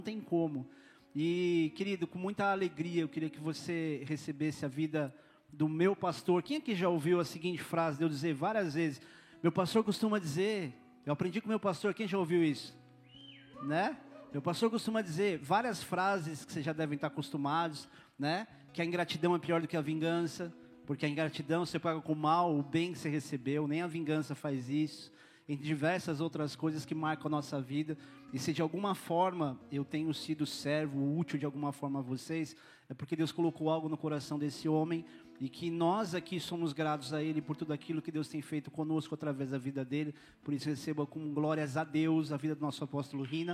tem como. E, querido, com muita alegria, eu queria que você recebesse a vida do meu pastor. Quem aqui já ouviu a seguinte frase, de eu dizer várias vezes? Meu pastor costuma dizer, eu aprendi com meu pastor, quem já ouviu isso? Né? Meu pastor costuma dizer várias frases que vocês já devem estar acostumados, né? Que a ingratidão é pior do que a vingança, porque a ingratidão você paga com mal o bem que você recebeu, nem a vingança faz isso. Entre diversas outras coisas que marcam a nossa vida. E se de alguma forma eu tenho sido servo, útil de alguma forma a vocês, é porque Deus colocou algo no coração desse homem, e que nós aqui somos gratos a Ele por tudo aquilo que Deus tem feito conosco através da vida dele. Por isso receba com glórias a Deus a vida do nosso apóstolo Rina.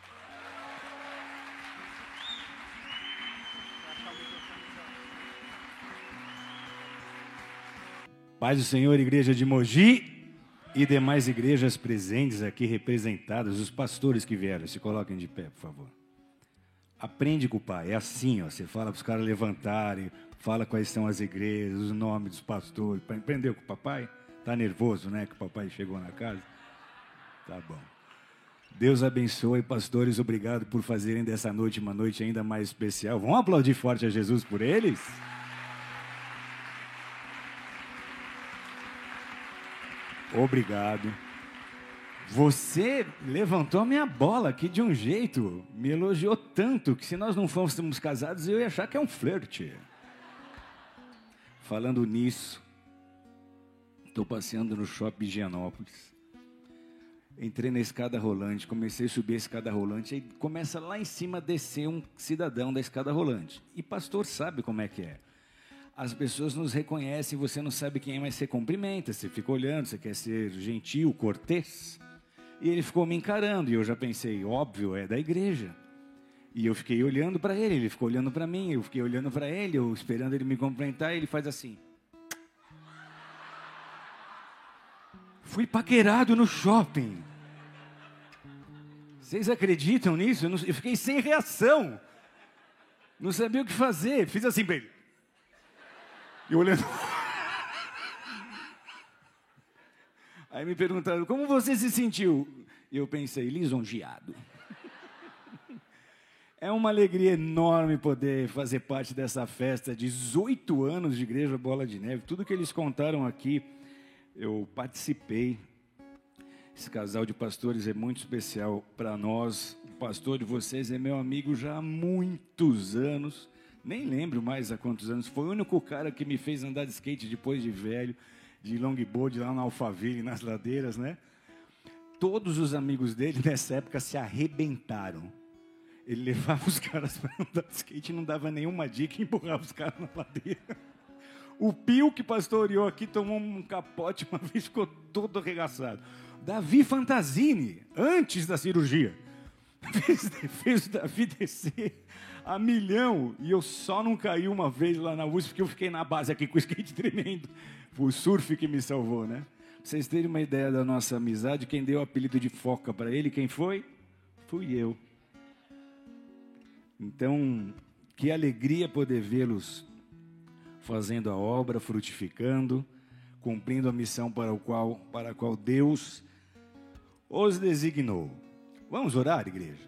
Paz do Senhor, igreja de Mogi e demais igrejas presentes aqui representadas, os pastores que vieram, se coloquem de pé, por favor. Aprende com o pai, é assim, ó, você fala para os caras levantarem, fala quais são as igrejas, os nomes dos pastores. Aprendeu com o papai? Tá nervoso, né, que o papai chegou na casa? Tá bom. Deus abençoe, pastores, obrigado por fazerem dessa noite uma noite ainda mais especial. Vamos aplaudir forte a Jesus por eles? Obrigado. Você levantou a minha bola aqui de um jeito, me elogiou tanto, que se nós não fôssemos casados, eu ia achar que é um flerte. Falando nisso, estou passeando no shopping de Higienópolis. Entrei na escada rolante, comecei a subir a escada rolante, aí começa lá em cima a descer um cidadão da escada rolante. E pastor sabe como é que é. As pessoas nos reconhecem, você não sabe quem é, mas você cumprimenta, você fica olhando, você quer ser gentil, cortês. E ele ficou me encarando, e eu já pensei, óbvio, é da igreja. E eu fiquei olhando para ele ficou olhando para mim, eu fiquei olhando para ele, eu esperando ele me cumprimentar, e ele faz assim. Fui paquerado no shopping. Vocês acreditam nisso? Eu fiquei sem reação. Não sabia o que fazer, fiz assim para ele. E olhando. Aí me perguntaram, como você se sentiu? E eu pensei, lisonjeado. É uma alegria enorme poder fazer parte dessa festa, 18 anos de Igreja Bola de Neve. Tudo que eles contaram aqui, eu participei. Esse casal de pastores é muito especial para nós. O pastor de vocês é meu amigo já há muitos anos. Nem lembro mais há quantos anos. Foi o único cara que me fez andar de skate depois de velho, de longboard lá na Alphaville, nas ladeiras, né? Todos os amigos dele nessa época se arrebentaram. Ele levava os caras para andar de skate e não dava nenhuma dica e empurrava os caras na ladeira. O Pio, que pastoreou aqui, tomou um capote uma vez, ficou todo arregaçado. Davi Fantasini, antes da cirurgia, fez o Davi descer a milhão, e eu só não caí uma vez lá na USP, porque eu fiquei na base aqui com o skate tremendo. Foi o surf que me salvou, né? Pra vocês terem uma ideia da nossa amizade, quem deu o apelido de Foca para ele, quem foi? Fui eu. Então, que alegria poder vê-los fazendo a obra, frutificando, cumprindo a missão para a qual Deus os designou. Vamos orar, igreja?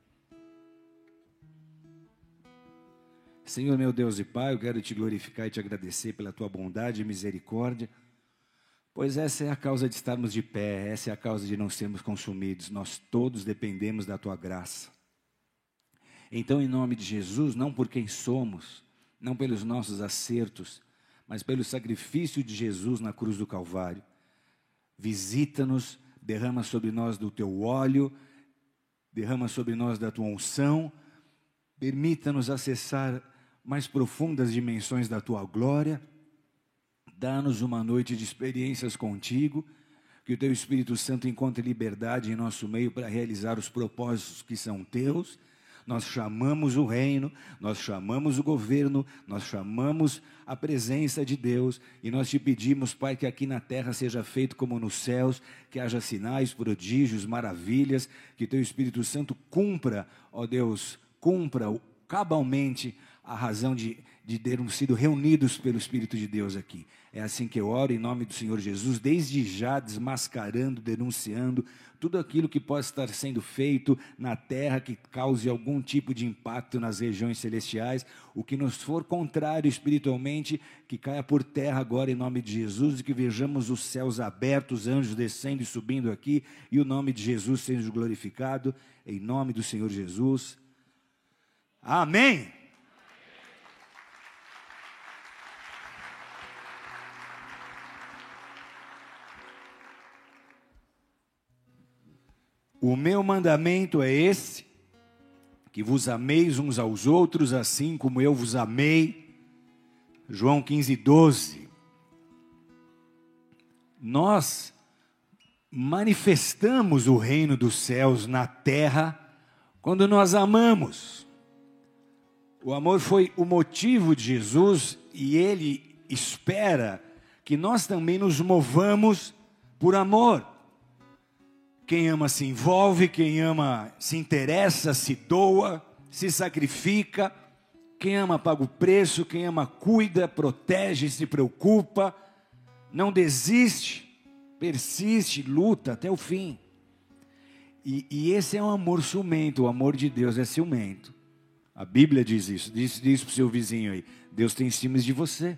Senhor, meu Deus e Pai, eu quero te glorificar e te agradecer pela tua bondade e misericórdia, pois essa é a causa de estarmos de pé, essa é a causa de não sermos consumidos. Nós todos dependemos da tua graça. Então, em nome de Jesus, não por quem somos, não pelos nossos acertos, mas pelo sacrifício de Jesus na cruz do Calvário, visita-nos, derrama sobre nós do teu óleo, derrama sobre nós da tua unção, permita-nos acessar mais profundas dimensões da tua glória, dá-nos uma noite de experiências contigo, que o teu Espírito Santo encontre liberdade em nosso meio para realizar os propósitos que são teus. Nós chamamos o reino, nós chamamos o governo, nós chamamos a presença de Deus, e nós te pedimos, Pai, que aqui na terra seja feito como nos céus, que haja sinais, prodígios, maravilhas, que teu Espírito Santo cumpra, ó Deus, cumpra cabalmente a razão de termos sido reunidos pelo Espírito de Deus aqui. É assim que eu oro em nome do Senhor Jesus, desde já desmascarando, denunciando tudo aquilo que possa estar sendo feito na terra que cause algum tipo de impacto nas regiões celestiais. O que nos for contrário espiritualmente, que caia por terra agora em nome de Jesus e que vejamos os céus abertos, os anjos descendo e subindo aqui e o nome de Jesus sendo glorificado em nome do Senhor Jesus. Amém. O meu mandamento é esse, que vos ameis uns aos outros, assim como eu vos amei. João 15:12. Nós manifestamos o reino dos céus na terra quando nós amamos. O amor foi o motivo de Jesus e Ele espera que nós também nos movamos por amor. Quem ama se envolve, quem ama se interessa, se doa, se sacrifica. Quem ama paga o preço, quem ama cuida, protege, se preocupa, não desiste, persiste, luta até o fim. E esse é um amor ciumento, o amor de Deus é ciumento. A Bíblia diz isso, diz para o seu vizinho aí, Deus tem ciúmes de você.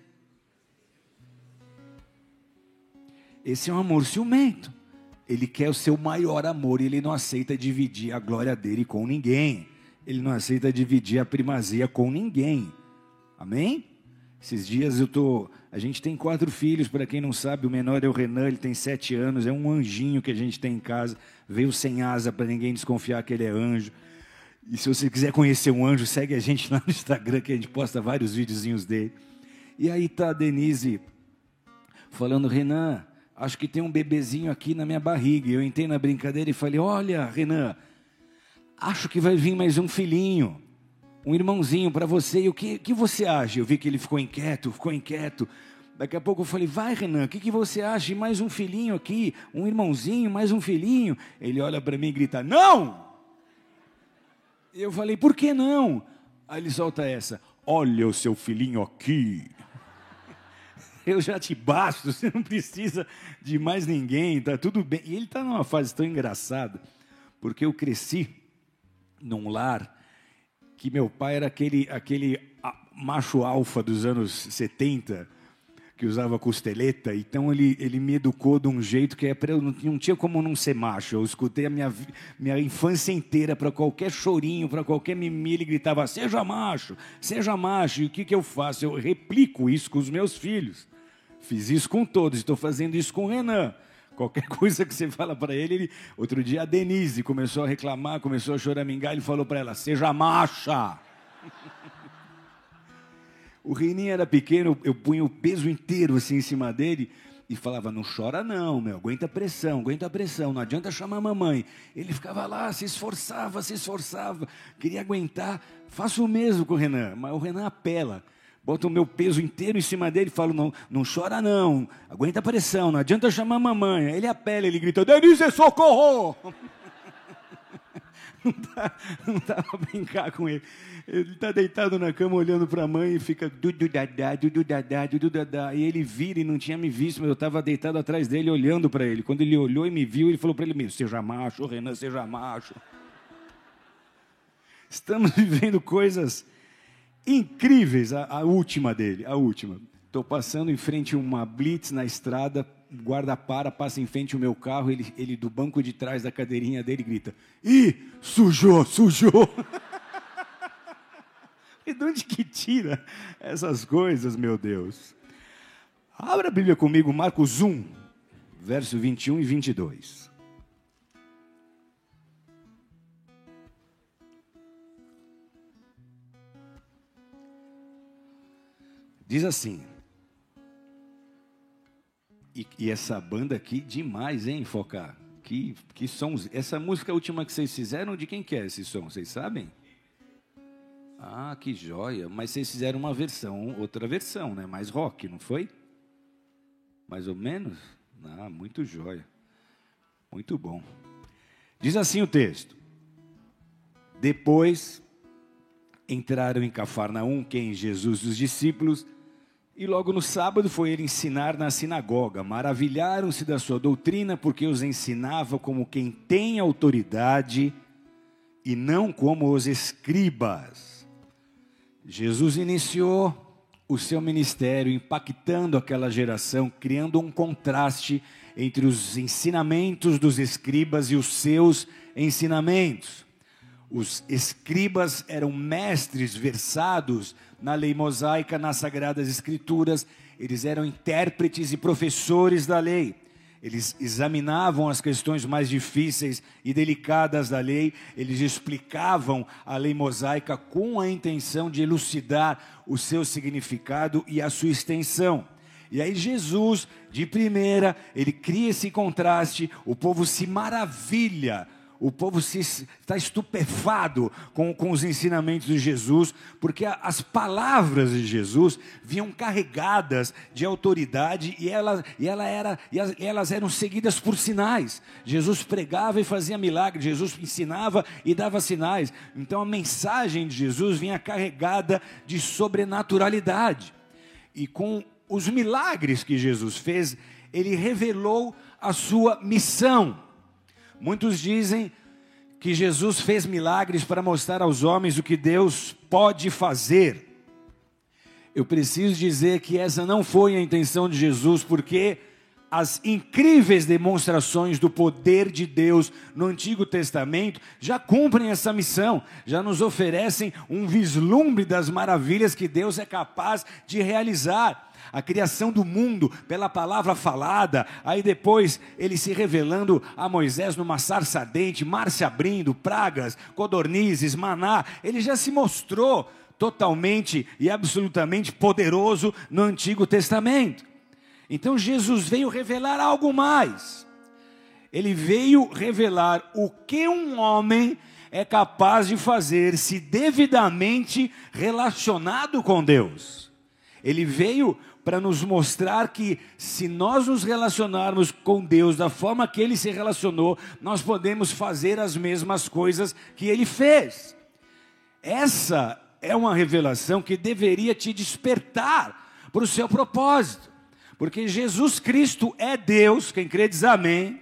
Esse é um amor ciumento. Ele quer o seu maior amor e ele não aceita dividir a glória dele com ninguém. Ele não aceita dividir a primazia com ninguém. Amém? Esses dias a gente tem 4 filhos, para quem não sabe, o menor é o Renan, ele tem 7 anos, é um anjinho que a gente tem em casa, veio sem asa para ninguém desconfiar que ele é anjo. E se você quiser conhecer um anjo, segue a gente lá no Instagram, que a gente posta vários videozinhos dele. E aí tá a Denise falando, Renan, acho que tem um bebezinho aqui na minha barriga. Eu entrei na brincadeira e falei, olha, Renan, acho que vai vir mais um filhinho, um irmãozinho para você. E o que você acha? Eu vi que ele ficou inquieto. Daqui a pouco eu falei, vai, Renan, o que você acha de mais um filhinho aqui, um irmãozinho, mais um filhinho? Ele olha para mim e grita, não! Eu falei, por que não? Aí ele solta essa, olha o seu filhinho aqui. Eu já te basto, você não precisa de mais ninguém, tá tudo bem. E ele está numa fase tão engraçada, porque eu cresci num lar que meu pai era aquele macho alfa dos anos 70, que usava costeleta, então ele me educou de um jeito que não tinha como não ser macho. Eu escutei a minha infância inteira, para qualquer chorinho, para qualquer mimimi, ele gritava, seja macho, e o que eu faço? Eu replico isso com os meus filhos. Fiz isso com todos, estou fazendo isso com o Renan. Qualquer coisa que você fala para ele... Outro dia a Denise começou a reclamar, começou a choramingar, ele falou para ela, seja macha. O Reninho era pequeno, eu punha o peso inteiro assim em cima dele e falava, não chora não, meu, aguenta a pressão, não adianta chamar a mamãe. Ele ficava lá, se esforçava, queria aguentar. Faço o mesmo com o Renan, mas o Renan apela. Boto o meu peso inteiro em cima dele e falo, não chora não, aguenta a pressão, não adianta chamar a mamãe. Ele apela, ele grita, Denise, socorro! Não dá para brincar com ele. Ele está deitado na cama olhando para a mãe e fica dudu-dadá. E ele vira e não tinha me visto, mas eu estava deitado atrás dele olhando para ele. Quando ele olhou e me viu, ele falou para ele mesmo, seja macho, Renan, seja macho. Estamos vivendo coisas incríveis. A última dele, a última. Estou passando em frente a uma blitz na estrada, o guarda passa em frente ao meu carro, ele do banco de trás da cadeirinha dele grita, ih, sujou. E de onde que tira essas coisas, meu Deus? Abra a Bíblia comigo, Marcos 1, verso 21 e 22. Diz assim, e essa banda aqui, demais, hein, Focar? Que sons. Essa música última que vocês fizeram, de quem que é esse som? Vocês sabem? Ah, que joia. Mas vocês fizeram uma versão, outra versão, né? Mais rock, não foi? Mais ou menos? Ah, muito joia. Muito bom. Diz assim o texto. Depois, entraram em Cafarnaum, quem? Jesus e os discípulos, e logo no sábado foi ele ensinar na sinagoga. Maravilharam-se da sua doutrina, porque os ensinava como quem tem autoridade e não como os escribas. Jesus iniciou o seu ministério impactando aquela geração, criando um contraste entre os ensinamentos dos escribas e os seus ensinamentos. Os escribas eram mestres versados na lei mosaica, nas sagradas escrituras. Eles eram intérpretes e professores da lei. Eles examinavam as questões mais difíceis e delicadas da lei. Eles explicavam a lei mosaica com a intenção de elucidar o seu significado e a sua extensão. E aí Jesus, de primeira, ele cria esse contraste. O povo se maravilha. O povo está estupefado com os ensinamentos de Jesus, porque as palavras de Jesus vinham carregadas de autoridade e elas eram seguidas por sinais. Jesus pregava e fazia milagres, Jesus ensinava e dava sinais. Então a mensagem de Jesus vinha carregada de sobrenaturalidade. E com os milagres que Jesus fez, ele revelou a sua missão. Muitos dizem que Jesus fez milagres para mostrar aos homens o que Deus pode fazer. Eu preciso dizer que essa não foi a intenção de Jesus, porque as incríveis demonstrações do poder de Deus no Antigo Testamento já cumprem essa missão, já nos oferecem um vislumbre das maravilhas que Deus é capaz de realizar. A criação do mundo pela palavra falada, aí depois ele se revelando a Moisés numa sarça ardente, mar se abrindo, pragas, codornizes, maná. Ele já se mostrou totalmente e absolutamente poderoso no Antigo Testamento. Então Jesus veio revelar algo mais. Ele veio revelar o que um homem é capaz de fazer se devidamente relacionado com Deus. Ele veio para nos mostrar que se nós nos relacionarmos com Deus da forma que Ele se relacionou, nós podemos fazer as mesmas coisas que Ele fez. Essa é uma revelação que deveria te despertar para o seu propósito. Porque Jesus Cristo é Deus, quem crê diz amém,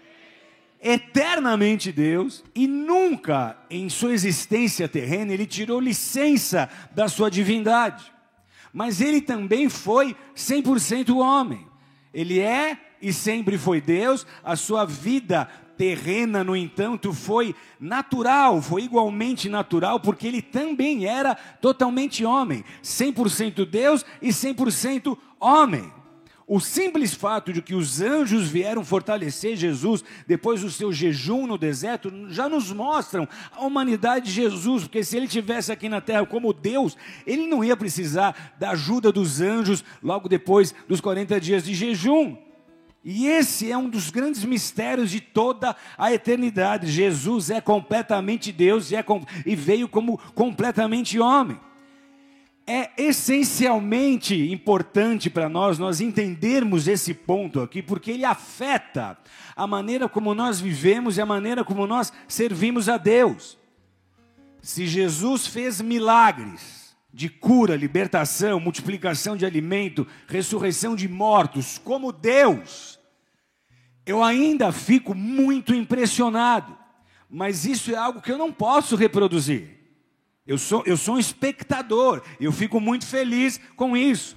eternamente Deus, e nunca em sua existência terrena Ele tirou licença da sua divindade. Mas Ele também foi 100% homem. Ele é e sempre foi Deus. A sua vida terrena, no entanto, foi natural, foi igualmente natural, porque Ele também era totalmente homem. 100% Deus e 100% homem. O simples fato de que os anjos vieram fortalecer Jesus depois do seu jejum no deserto já nos mostram a humanidade de Jesus, porque se Ele estivesse aqui na terra como Deus, Ele não ia precisar da ajuda dos anjos logo depois dos 40 dias de jejum. E esse é um dos grandes mistérios de toda a eternidade. Jesus é completamente Deus e veio como completamente homem. É essencialmente importante para nós entendermos esse ponto aqui, porque ele afeta a maneira como nós vivemos e a maneira como nós servimos a Deus. Se Jesus fez milagres de cura, libertação, multiplicação de alimento, ressurreição de mortos, como Deus, eu ainda fico muito impressionado, mas isso é algo que eu não posso reproduzir. Eu sou um espectador, eu fico muito feliz com isso.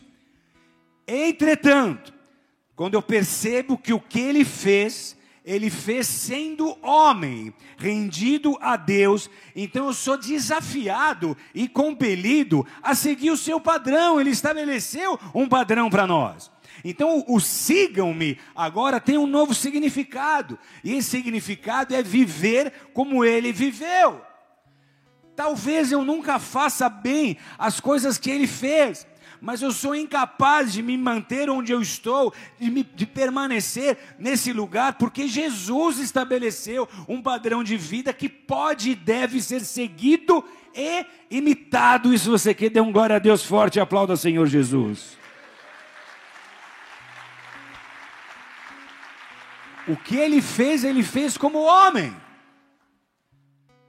Entretanto, quando eu percebo que o que Ele fez sendo homem, rendido a Deus, então eu sou desafiado e compelido a seguir o seu padrão. Ele estabeleceu um padrão para nós. Então o sigam-me agora tem um novo significado, e esse significado é viver como Ele viveu. Talvez eu nunca faça bem as coisas que Ele fez, mas eu sou incapaz de me manter onde eu estou, de permanecer nesse lugar, porque Jesus estabeleceu um padrão de vida que pode e deve ser seguido e imitado. E se você quer, dê um glória a Deus forte e aplauda o Senhor Jesus. O que Ele fez como homem.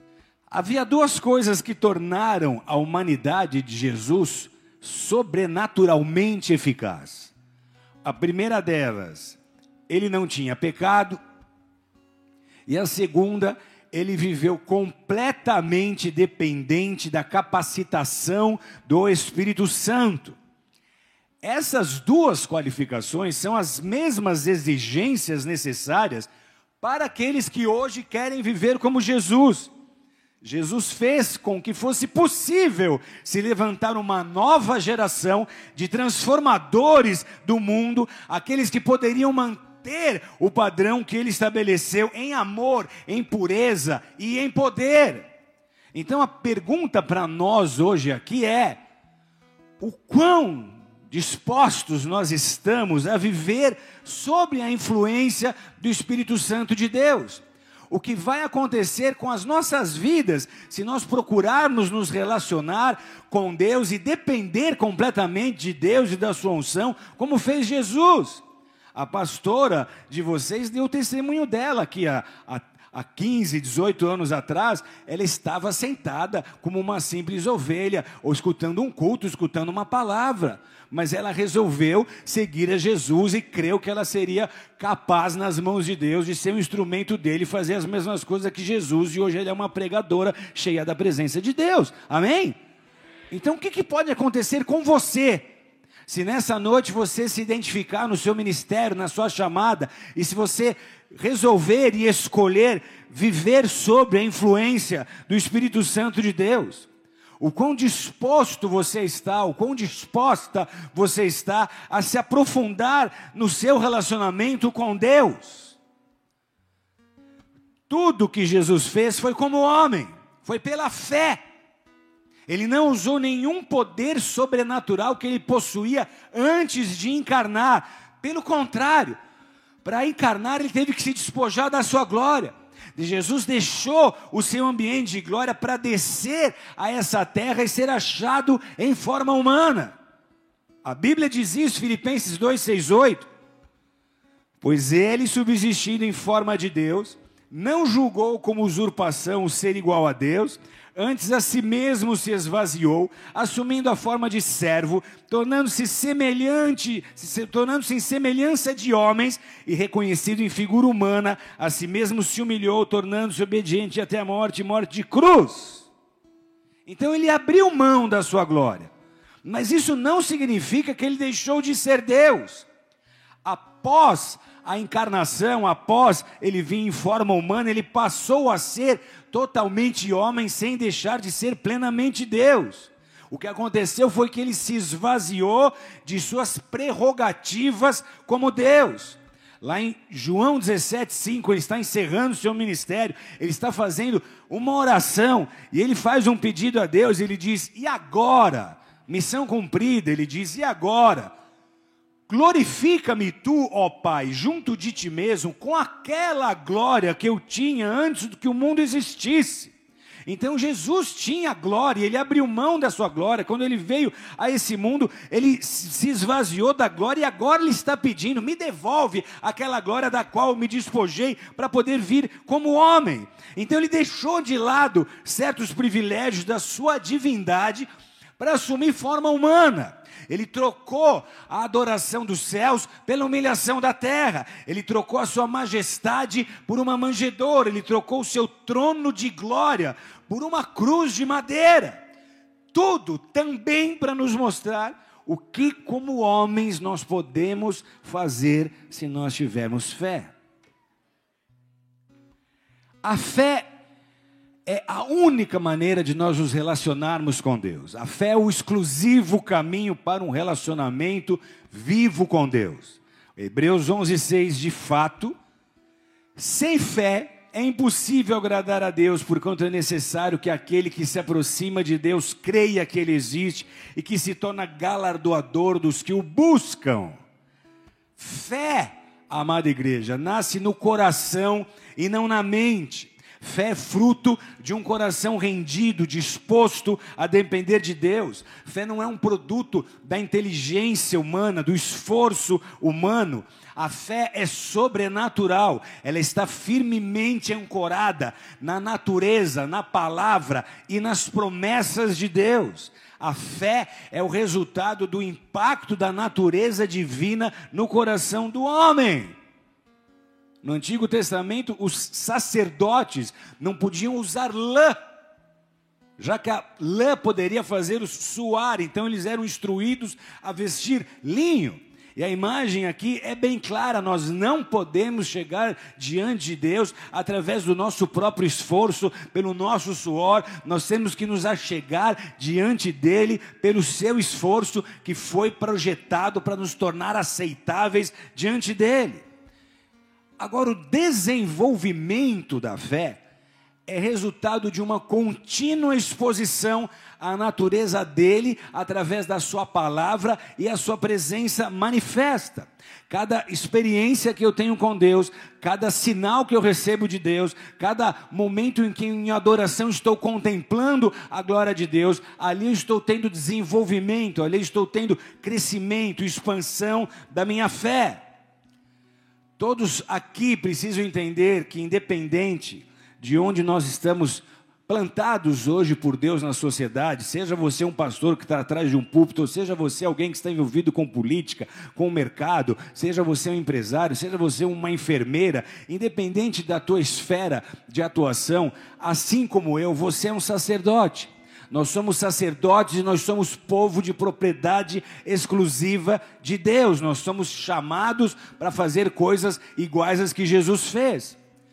Havia duas coisas que tornaram a humanidade de Jesus sobrenaturalmente eficaz. A primeira delas, ele não tinha pecado. E a segunda, ele viveu completamente dependente da capacitação do Espírito Santo. Essas duas qualificações são as mesmas exigências necessárias para aqueles que hoje querem viver como Jesus. Jesus fez com que fosse possível se levantar uma nova geração de transformadores do mundo, aqueles que poderiam manter o padrão que ele estabeleceu em amor, em pureza e em poder. Então a pergunta para nós hoje aqui é: o quão dispostos nós estamos a viver sob a influência do Espírito Santo de Deus? O que vai acontecer com as nossas vidas se nós procurarmos nos relacionar com Deus e depender completamente de Deus e da sua unção, como fez Jesus? A pastora de vocês deu o testemunho dela aqui há 15, 18 anos atrás. Ela estava sentada como uma simples ovelha, ou escutando um culto, escutando uma palavra. Mas ela resolveu seguir a Jesus e creu que ela seria capaz nas mãos de Deus de ser um instrumento dele, fazer as mesmas coisas que Jesus, e hoje ela é uma pregadora cheia da presença de Deus. Amém? Então o que pode acontecer com você? Se nessa noite você se identificar no seu ministério, na sua chamada, e se você resolver e escolher viver sob a influência do Espírito Santo de Deus, o quão disposto você está, o quão disposta você está a se aprofundar no seu relacionamento com Deus. Tudo que Jesus fez foi como homem, foi pela fé. Ele não usou nenhum poder sobrenatural que ele possuía antes de encarnar. Pelo contrário, para encarnar ele teve que se despojar da sua glória. Jesus deixou o seu ambiente de glória para descer a essa terra e ser achado em forma humana. A Bíblia diz isso, Filipenses 2, 6, 8. Pois ele, subsistindo em forma de Deus, não julgou como usurpação o ser igual a Deus, antes a si mesmo se esvaziou, assumindo a forma de servo, tornando-se em semelhança de homens, e reconhecido em figura humana, a si mesmo se humilhou, tornando-se obediente até a morte, morte de cruz. Então ele abriu mão da sua glória, mas isso não significa que ele deixou de ser Deus. Após a encarnação, após ele vir em forma humana, ele passou a ser totalmente homem, sem deixar de ser plenamente Deus. O que aconteceu foi que ele se esvaziou de suas prerrogativas como Deus. Lá em João 17,5, ele está encerrando o seu ministério, ele está fazendo uma oração, e ele faz um pedido a Deus, ele diz: e agora? Missão cumprida, ele diz: e agora? Glorifica-me tu, ó Pai, junto de ti mesmo, com aquela glória que eu tinha antes do que o mundo existisse. Então Jesus tinha glória, ele abriu mão da sua glória. Quando ele veio a esse mundo, ele se esvaziou da glória, e agora ele está pedindo: me devolve aquela glória da qual eu me despojei para poder vir como homem. Então ele deixou de lado certos privilégios da sua divindade para assumir forma humana. Ele trocou a adoração dos céus pela humilhação da terra. Ele trocou a sua majestade por uma manjedoura. Ele trocou o seu trono de glória por uma cruz de madeira. Tudo também para nos mostrar o que, como homens, nós podemos fazer se nós tivermos fé. A fé é a única maneira de nós nos relacionarmos com Deus. A fé é o exclusivo caminho para um relacionamento vivo com Deus. Hebreus 11:6, de fato, sem fé é impossível agradar a Deus, porquanto é necessário que aquele que se aproxima de Deus creia que Ele existe e que se torna galardoador dos que o buscam. Fé, amada igreja, nasce no coração e não na mente. Fé é fruto de um coração rendido, disposto a depender de Deus. Fé não é um produto da inteligência humana, do esforço humano. A fé é sobrenatural, ela está firmemente ancorada na natureza, na palavra e nas promessas de Deus. A fé é o resultado do impacto da natureza divina no coração do homem. No Antigo Testamento, os sacerdotes não podiam usar lã, já que a lã poderia fazê-los suar, então eles eram instruídos a vestir linho. E a imagem aqui é bem clara, nós não podemos chegar diante de Deus através do nosso próprio esforço, pelo nosso suor, nós temos que nos achegar diante dele pelo seu esforço que foi projetado para nos tornar aceitáveis diante dele. Agora, o desenvolvimento da fé é resultado de uma contínua exposição à natureza dele, através da sua palavra e a sua presença manifesta. Cada experiência que eu tenho com Deus, cada sinal que eu recebo de Deus, cada momento em que em adoração estou contemplando a glória de Deus, ali eu estou tendo desenvolvimento, ali eu estou tendo crescimento, expansão da minha fé. Todos aqui precisam entender que, independente de onde nós estamos plantados hoje por Deus na sociedade, seja você um pastor que está atrás de um púlpito, ou seja você alguém que está envolvido com política, com o mercado, seja você um empresário, seja você uma enfermeira, independente da tua esfera de atuação, assim como eu, você é um sacerdote. Nós somos sacerdotes e nós somos povo de propriedade exclusiva de Deus. Nós somos chamados para fazer coisas iguais às que Jesus fez.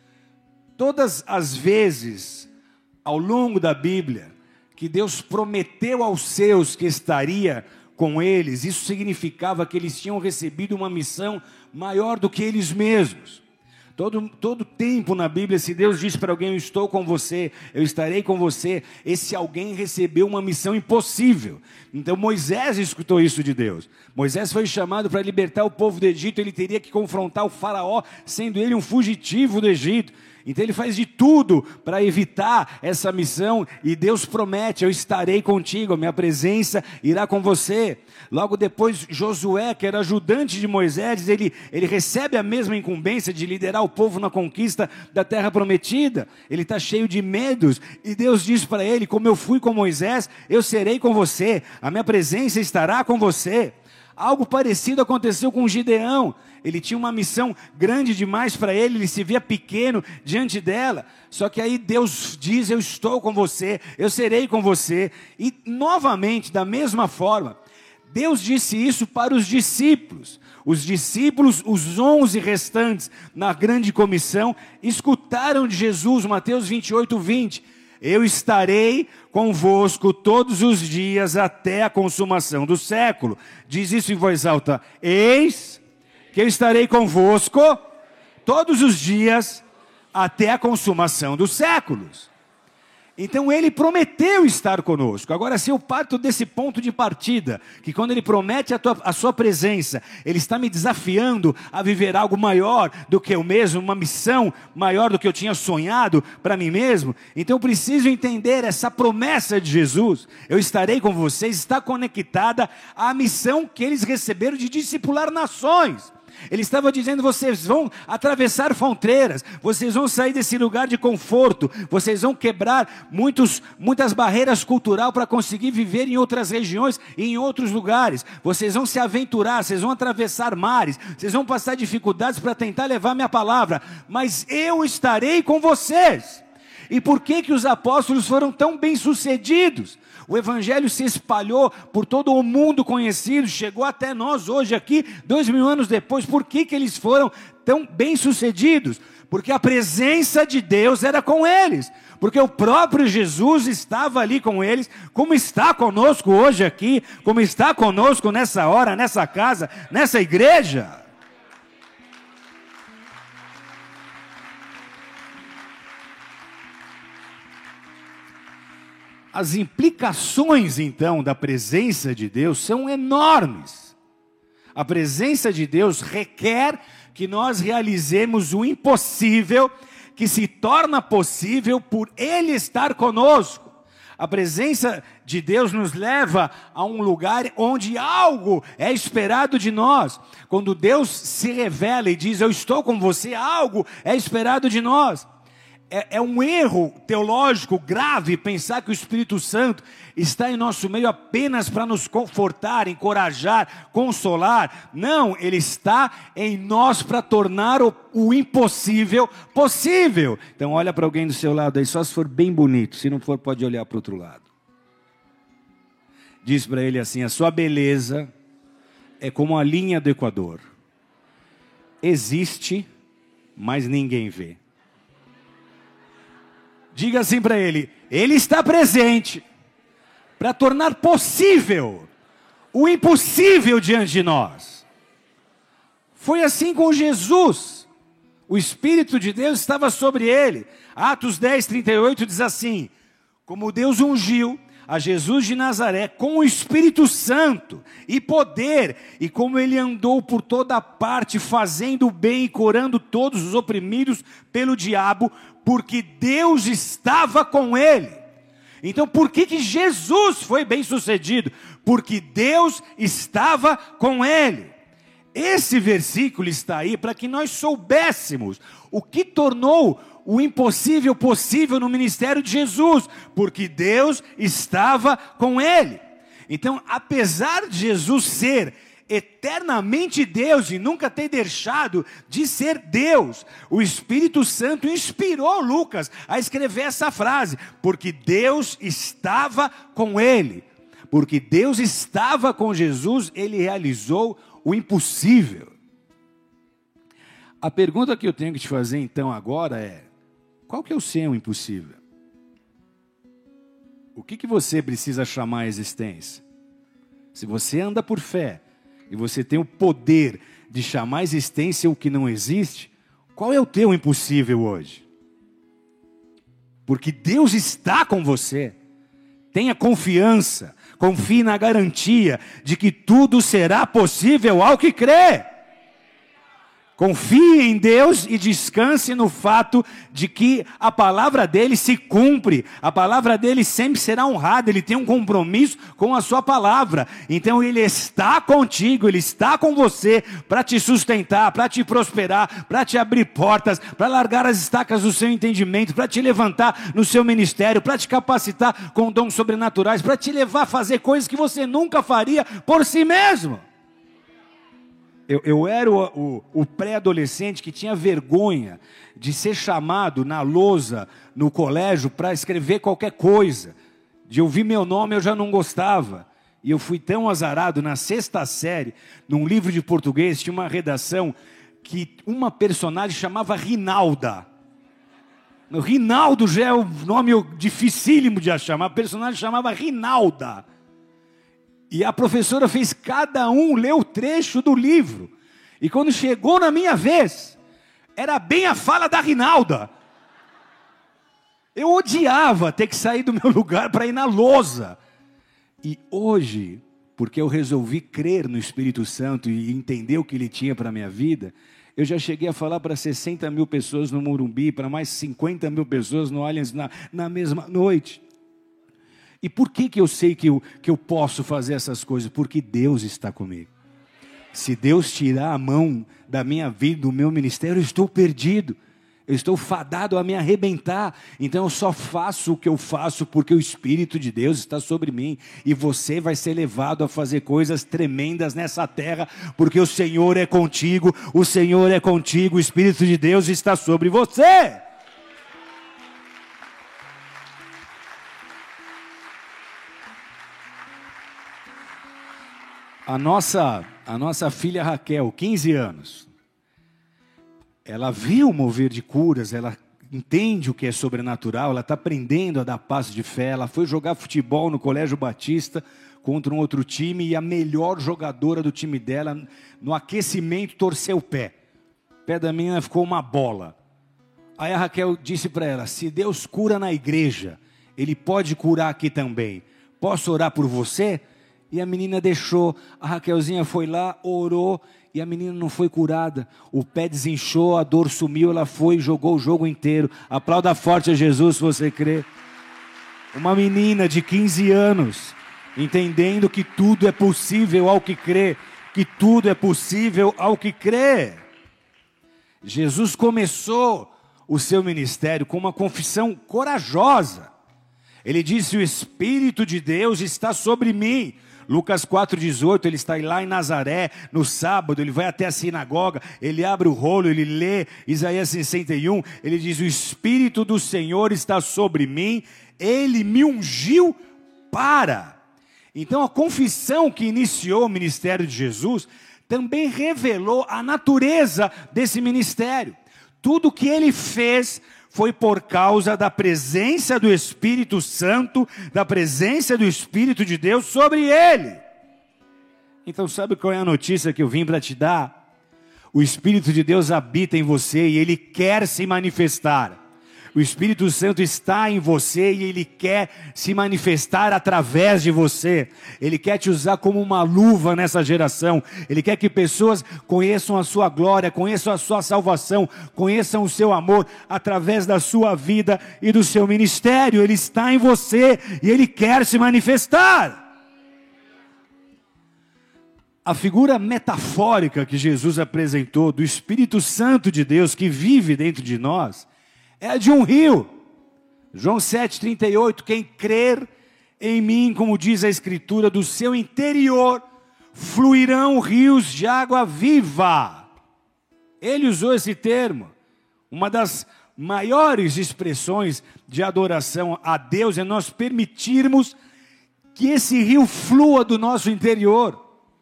Todas as vezes, ao longo da Bíblia, que Deus prometeu aos seus que estaria com eles, isso significava que eles tinham recebido uma missão maior do que eles mesmos. Todo tempo na Bíblia, se Deus diz para alguém, eu estou com você, eu estarei com você, esse alguém recebeu uma missão impossível. Então Moisés escutou isso de Deus. Moisés foi chamado para libertar o povo do Egito, ele teria que confrontar o faraó, sendo ele um fugitivo do Egito. Então ele faz de tudo para evitar essa missão, e Deus promete, eu estarei contigo, a minha presença irá com você. Logo depois, Josué, que era ajudante de Moisés, ele recebe a mesma incumbência de liderar o povo na conquista da terra prometida. Ele está cheio de medos, e Deus diz para ele, como eu fui com Moisés, eu serei com você, a minha presença estará com você. Algo parecido aconteceu com Gideão. Ele tinha uma missão grande demais para ele se via pequeno diante dela. Só que aí Deus diz, eu estou com você, eu serei com você. E novamente, da mesma forma, Deus disse isso para os discípulos. Os discípulos, os 11 restantes na grande comissão, escutaram de Jesus, Mateus 28, 20. Eu estarei convosco todos os dias até a consumação do século. Diz isso em voz alta. Eis que eu estarei convosco todos os dias até a consumação dos séculos. Então ele prometeu estar conosco. Agora, se eu parto desse ponto de partida, que quando ele promete a sua presença, ele está me desafiando a viver algo maior do que eu mesmo, uma missão maior do que eu tinha sonhado para mim mesmo, então eu preciso entender essa promessa de Jesus, eu estarei com vocês, está conectada à missão que eles receberam de discipular nações. Ele estava dizendo, vocês vão atravessar fronteiras, vocês vão sair desse lugar de conforto, vocês vão quebrar muitas barreiras culturais para conseguir viver em outras regiões e em outros lugares. Vocês vão se aventurar, vocês vão atravessar mares, vocês vão passar dificuldades para tentar levar minha palavra, mas eu estarei com vocês. E por que os apóstolos foram tão bem-sucedidos? O evangelho se espalhou por todo o mundo conhecido, chegou até nós hoje aqui, 2000 anos depois. Por que eles foram tão bem-sucedidos? Porque a presença de Deus era com eles, porque o próprio Jesus estava ali com eles, como está conosco hoje aqui, como está conosco nessa hora, nessa casa, nessa igreja. As implicações, então, da presença de Deus são enormes. A presença de Deus requer que nós realizemos o impossível, que se torna possível por Ele estar conosco. A presença de Deus nos leva a um lugar onde algo é esperado de nós. Quando Deus se revela e diz, eu estou com você, algo é esperado de nós. É um erro teológico grave pensar que o Espírito Santo está em nosso meio apenas para nos confortar, encorajar, consolar. Não, Ele está em nós para tornar o impossível possível. Então olha para alguém do seu lado aí, só se for bem bonito, se não for pode olhar para o outro lado. Diz para ele assim, a sua beleza é como a linha do Equador. Existe, mas ninguém vê. Diga assim para ele, Ele está presente para tornar possível o impossível diante de nós. Foi assim com Jesus. O Espírito de Deus estava sobre ele. Atos 10, 38 diz assim, como Deus ungiu a Jesus de Nazaré com o Espírito Santo e poder, e como ele andou por toda parte fazendo o bem e curando todos os oprimidos pelo diabo, porque Deus estava com ele. Então por que Jesus foi bem sucedido? Porque Deus estava com ele. Esse versículo está aí para que nós soubéssemos o que tornou o impossível possível no ministério de Jesus, porque Deus estava com ele. Então, apesar de Jesus ser eternamente Deus e nunca ter deixado de ser Deus, o Espírito Santo inspirou Lucas a escrever essa frase, porque Deus estava com ele. Porque Deus estava com Jesus, ele realizou o impossível. A pergunta que eu tenho que te fazer então agora é, qual que é o seu impossível? O que você precisa chamar a existência? Se você anda por fé e você tem o poder de chamar a existência o que não existe, qual é o teu impossível hoje? Porque Deus está com você. Tenha confiança, confie na garantia de que tudo será possível ao que crê. Confie em Deus e descanse no fato de que a palavra dele se cumpre, a palavra dele sempre será honrada, ele tem um compromisso com a sua palavra, então ele está contigo, ele está com você para te sustentar, para te prosperar, para te abrir portas, para largar as estacas do seu entendimento, para te levantar no seu ministério, para te capacitar com dons sobrenaturais, para te levar a fazer coisas que você nunca faria por si mesmo. Eu era o pré-adolescente que tinha vergonha de ser chamado na lousa, no colégio, para escrever qualquer coisa. De ouvir meu nome eu já não gostava. E eu fui tão azarado, na 6ª série, num livro de português, tinha uma redação que uma personagem chamava Rinalda. Rinaldo já é um nome dificílimo de achar, mas a personagem chamava Rinalda. E a professora fez cada um ler o trecho do livro. E quando chegou na minha vez, era bem a fala da Rinalda. Eu odiava ter que sair do meu lugar para ir na lousa. E hoje, porque eu resolvi crer no Espírito Santo e entender o que ele tinha para a minha vida, eu já cheguei a falar para 60 mil pessoas no Morumbi, para mais 50 mil pessoas no Allianz na mesma noite. E por que eu sei que eu posso fazer essas coisas? Porque Deus está comigo. Se Deus tirar a mão da minha vida, do meu ministério, eu estou perdido. Eu estou fadado a me arrebentar. Então eu só faço o que eu faço porque o Espírito de Deus está sobre mim. E você vai ser levado a fazer coisas tremendas nessa terra, porque o Senhor é contigo, o Senhor é contigo, o Espírito de Deus está sobre você. A nossa filha Raquel, 15 anos, ela viu o mover de curas, ela entende o que é sobrenatural, ela está aprendendo a dar passo de fé, ela foi jogar futebol no Colégio Batista contra um outro time e a melhor jogadora do time dela, no aquecimento, torceu o pé. O pé da menina ficou uma bola. Aí a Raquel disse para ela, se Deus cura na igreja, Ele pode curar aqui também. Posso orar por você? E a menina deixou, a Raquelzinha foi lá, orou, e a menina não foi curada. O pé desinchou, a dor sumiu, ela foi e jogou o jogo inteiro. Aplauda forte a Jesus se você crê. Uma menina de 15 anos, entendendo que tudo é possível ao que crê. Que tudo é possível ao que crê. Jesus começou o seu ministério com uma confissão corajosa. Ele disse: o Espírito de Deus está sobre mim. Lucas 4,18, ele está lá em Nazaré, no sábado, ele vai até a sinagoga, ele abre o rolo, ele lê Isaías 61, ele diz: o Espírito do Senhor está sobre mim, ele me ungiu para. Então a confissão que iniciou o ministério de Jesus também revelou a natureza desse ministério. Tudo que ele fez foi por causa da presença do Espírito Santo, da presença do Espírito de Deus sobre ele. Então sabe qual é a notícia que eu vim para te dar? O Espírito de Deus habita em você e ele quer se manifestar. O Espírito Santo está em você e ele quer se manifestar através de você. Ele quer te usar como uma luva nessa geração. Ele quer que pessoas conheçam a sua glória, conheçam a sua salvação, conheçam o seu amor através da sua vida e do seu ministério. Ele está em você e ele quer se manifestar. A figura metafórica que Jesus apresentou do Espírito Santo de Deus que vive dentro de nós é a de um rio. João 7,38, quem crer em mim, como diz a Escritura, do seu interior fluirão rios de água viva. Ele usou esse termo. Uma das maiores expressões de adoração a Deus é nós permitirmos que esse rio flua do nosso interior.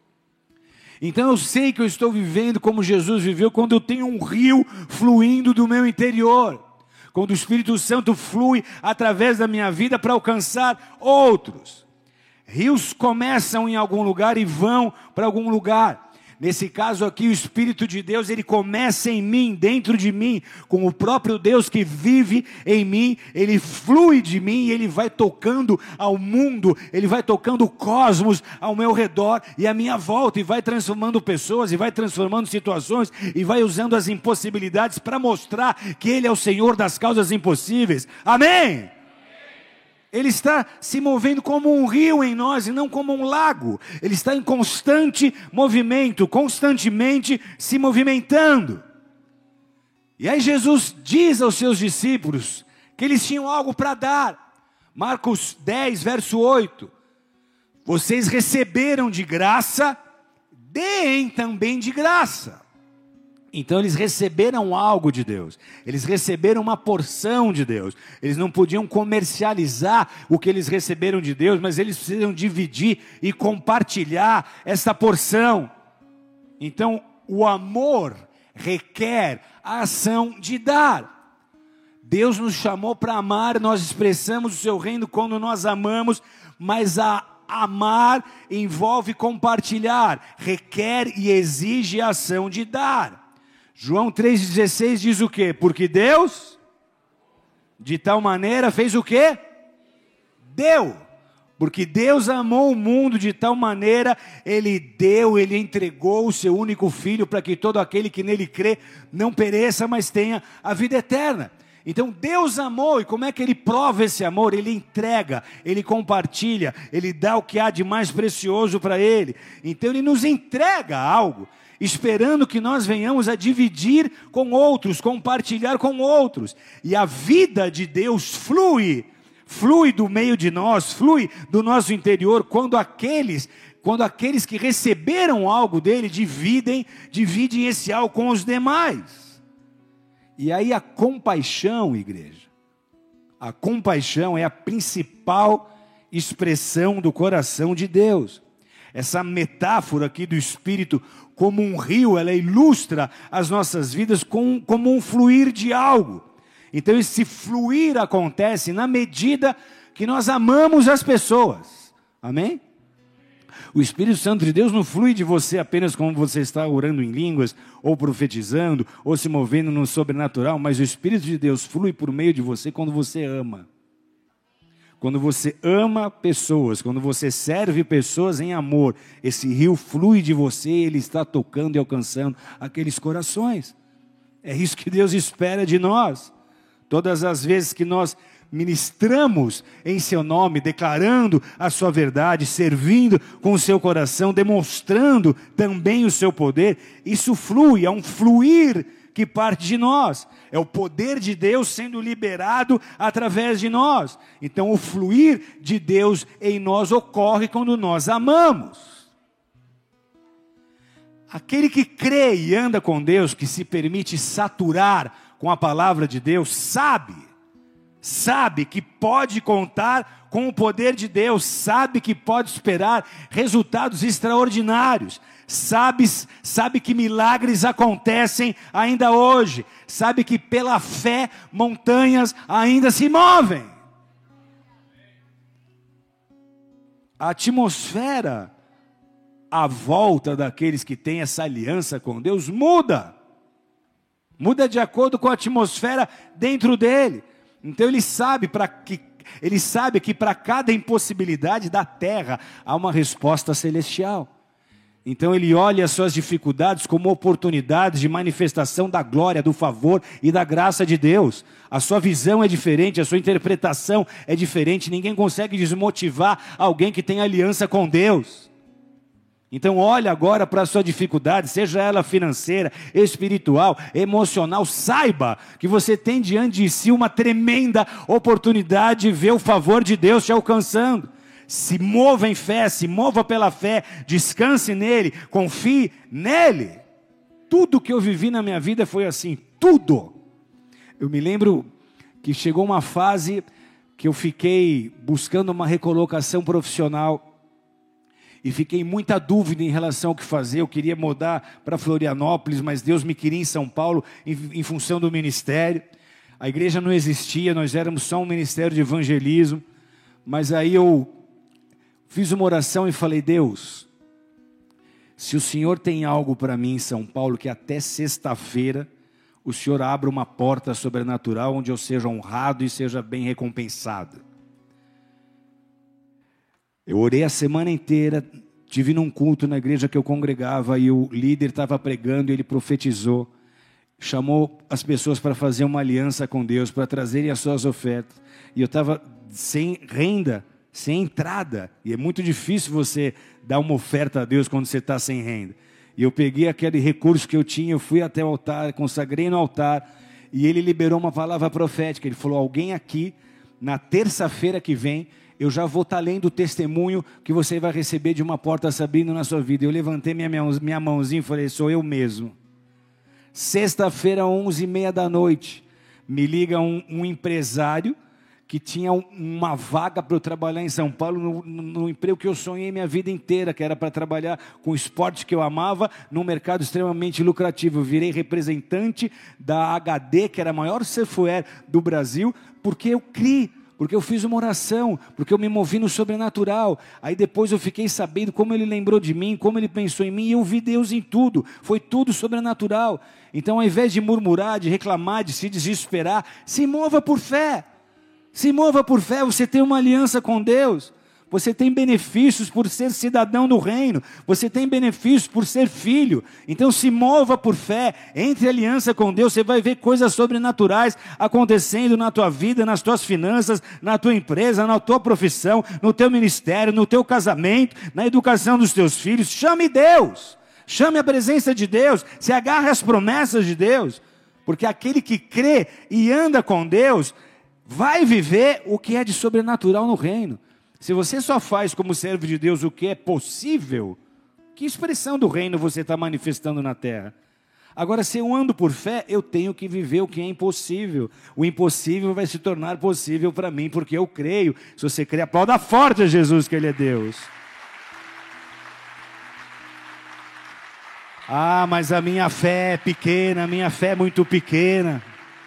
Então eu sei que eu estou vivendo como Jesus viveu quando eu tenho um rio fluindo do meu interior. Quando o Espírito Santo flui através da minha vida para alcançar outros. Rios começam em algum lugar e vão para algum lugar. Nesse caso aqui, o Espírito de Deus, ele começa em mim, dentro de mim, com o próprio Deus que vive em mim, ele flui de mim e ele vai tocando ao mundo, ele vai tocando o cosmos ao meu redor e à minha volta, e vai transformando pessoas, e vai transformando situações, e vai usando as impossibilidades para mostrar que ele é o Senhor das causas impossíveis. Amém? Ele está se movendo como um rio em nós e não como um lago. Ele está em constante movimento, constantemente se movimentando. E aí Jesus diz aos seus discípulos que eles tinham algo para dar. Marcos 10, verso 8. Vocês receberam de graça, deem também de graça. Então eles receberam algo de Deus, eles receberam uma porção de Deus, eles não podiam comercializar o que eles receberam de Deus, mas eles precisam dividir e compartilhar essa porção. Então o amor requer a ação de dar. Deus nos chamou para amar, nós expressamos o seu reino quando nós amamos, mas amar envolve compartilhar, requer e exige a ação de dar. João 3,16 diz o quê? Porque Deus, de tal maneira, fez o quê? Deu. Porque Deus amou o mundo de tal maneira, Ele deu, Ele entregou o seu único Filho, para que todo aquele que nele crê, não pereça, mas tenha a vida eterna. Então Deus amou, e como é que Ele prova esse amor? Ele entrega, Ele compartilha, Ele dá o que há de mais precioso para Ele. Então Ele nos entrega algo, esperando que nós venhamos a dividir com outros, compartilhar com outros. E a vida de Deus flui do meio de nós, flui do nosso interior, quando aqueles que receberam algo dele, dividem esse algo com os demais. E aí a compaixão, igreja, a compaixão é a principal expressão do coração de Deus. Essa metáfora aqui do Espírito como um rio, ela ilustra as nossas vidas como um fluir de algo. Então esse fluir acontece na medida que nós amamos as pessoas. Amém? O Espírito Santo de Deus não flui de você apenas como você está orando em línguas, ou profetizando, ou se movendo no sobrenatural, mas o Espírito de Deus flui por meio de você quando você ama. quando você ama pessoas, quando você serve pessoas em amor, esse rio flui de você, ele está tocando e alcançando aqueles corações. É isso que Deus espera de nós. Todas as vezes que nós ministramos em seu nome, declarando a sua verdade, servindo com o seu coração, demonstrando também o seu poder, isso flui, é um fluir que parte de nós, é o poder de Deus sendo liberado através de nós. Então o fluir de Deus em nós ocorre quando nós amamos. Aquele que crê e anda com Deus, que se permite saturar com a palavra de Deus, sabe que pode contar com o poder de Deus, sabe que pode esperar resultados extraordinários, sabe que milagres acontecem ainda hoje, sabe que pela fé montanhas ainda se movem. A atmosfera à volta daqueles que têm essa aliança com Deus muda de acordo com a atmosfera dentro dele. Então ele sabe que para cada impossibilidade da terra há uma resposta celestial. Então ele olha as suas dificuldades como oportunidades de manifestação da glória, do favor e da graça de Deus. A sua visão é diferente, a sua interpretação é diferente. Ninguém consegue desmotivar alguém que tem aliança com Deus. Então olha agora para a sua dificuldade, seja ela financeira, espiritual, emocional. Saiba que você tem diante de si uma tremenda oportunidade de ver o favor de Deus te alcançando. Se mova em fé, se mova pela fé, descanse nele, confie nele. Tudo que eu vivi na minha vida foi assim, tudo. Eu me lembro que chegou uma fase que eu fiquei buscando uma recolocação profissional e fiquei em muita dúvida em relação ao que fazer. Eu queria mudar para Florianópolis, mas Deus me queria em São Paulo em função do ministério. A igreja não existia, nós éramos só um ministério de evangelismo, mas aí eu fiz uma oração e falei: Deus, se o Senhor tem algo para mim em São Paulo, que até sexta-feira o Senhor abra uma porta sobrenatural onde eu seja honrado e seja bem recompensado. Eu orei a semana inteira, tive num culto na igreja que eu congregava e o líder estava pregando e ele profetizou, chamou as pessoas para fazer uma aliança com Deus, para trazerem as suas ofertas, e eu estava sem renda, sem entrada, e é muito difícil você dar uma oferta a Deus quando você está sem renda. E eu peguei aquele recurso que eu tinha, eu fui até o altar, consagrei no altar, e ele liberou uma palavra profética. Ele falou: alguém aqui, na terça-feira que vem, eu já vou estar lendo o testemunho que você vai receber de uma porta se abrindo na sua vida. Eu levantei minha mãozinha e falei: sou eu mesmo. Sexta-feira, 11h30 da noite, me liga um empresário que tinha uma vaga para eu trabalhar em São Paulo, no emprego que eu sonhei minha vida inteira, que era para trabalhar com o esporte que eu amava, num mercado extremamente lucrativo. Eu virei representante da HD, que era a maior software do Brasil, porque eu criei, porque eu fiz uma oração, porque eu me movi no sobrenatural. Aí depois eu fiquei sabendo como ele lembrou de mim, como ele pensou em mim, e eu vi Deus em tudo, foi tudo sobrenatural. Então, ao invés de murmurar, de reclamar, de se desesperar, se mova por fé. Se mova por fé. Você tem uma aliança com Deus, você tem benefícios por ser cidadão do reino, você tem benefícios por ser filho. Então se mova por fé, entre em aliança com Deus, você vai ver coisas sobrenaturais acontecendo na tua vida, nas tuas finanças, na tua empresa, na tua profissão, no teu ministério, no teu casamento, na educação dos teus filhos. Chame Deus, chame a presença de Deus, se agarre às promessas de Deus, porque aquele que crê e anda com Deus vai viver o que é de sobrenatural no reino. Se você só faz como servo de Deus o que é possível, que expressão do reino você está manifestando na terra? Agora, se eu ando por fé, eu tenho que viver o que é impossível. O impossível vai se tornar possível para mim, porque eu creio. Se você crê, aplauda forte a Jesus, que Ele é Deus. Ah, mas a minha fé é pequena, a minha fé é muito pequena.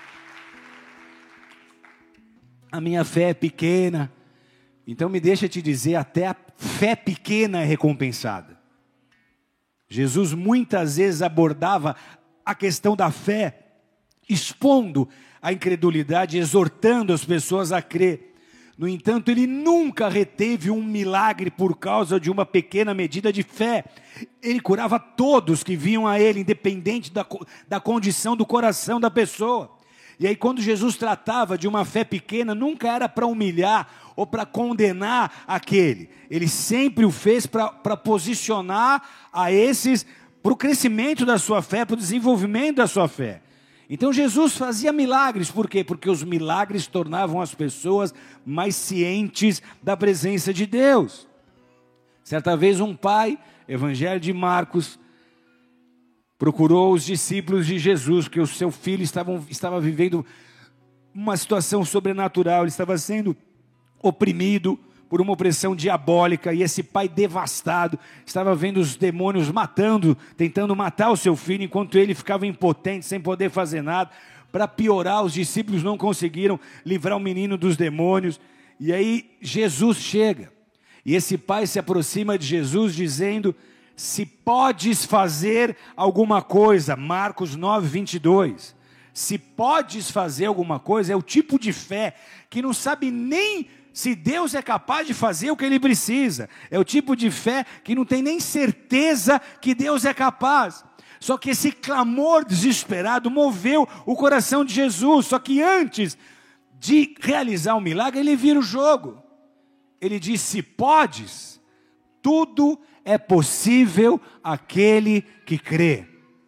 A minha fé é pequena. Então me deixa te dizer, até a fé pequena é recompensada. Jesus muitas vezes abordava a questão da fé, expondo a incredulidade, exortando as pessoas a crer. No entanto, ele nunca reteve um milagre por causa de uma pequena medida de fé. Ele curava todos que vinham a ele, independente da condição do coração da pessoa. E aí, quando Jesus tratava de uma fé pequena, nunca era para humilhar ou para condenar aquele. Ele sempre o fez para posicionar a esses para o crescimento da sua fé, para o desenvolvimento da sua fé. Então Jesus fazia milagres, por quê? Porque os milagres tornavam as pessoas mais cientes da presença de Deus. Certa vez um pai, Evangelho de Marcos, procurou os discípulos de Jesus, porque o seu filho estava vivendo uma situação sobrenatural, ele estava sendo oprimido por uma opressão diabólica, e esse pai devastado, estava vendo os demônios tentando matar o seu filho, enquanto ele ficava impotente, sem poder fazer nada. Para piorar, os discípulos não conseguiram livrar o menino dos demônios, e aí Jesus chega, e esse pai se aproxima de Jesus dizendo: se podes fazer alguma coisa, Marcos 9, 22, se podes fazer alguma coisa, é o tipo de fé que não sabe nem se Deus é capaz de fazer o que ele precisa. É o tipo de fé que não tem nem certeza que Deus é capaz. Só que esse clamor desesperado moveu o coração de Jesus. Só que antes de realizar o milagre, ele vira o jogo. Ele diz: se podes, tudo é possível àquele que crê.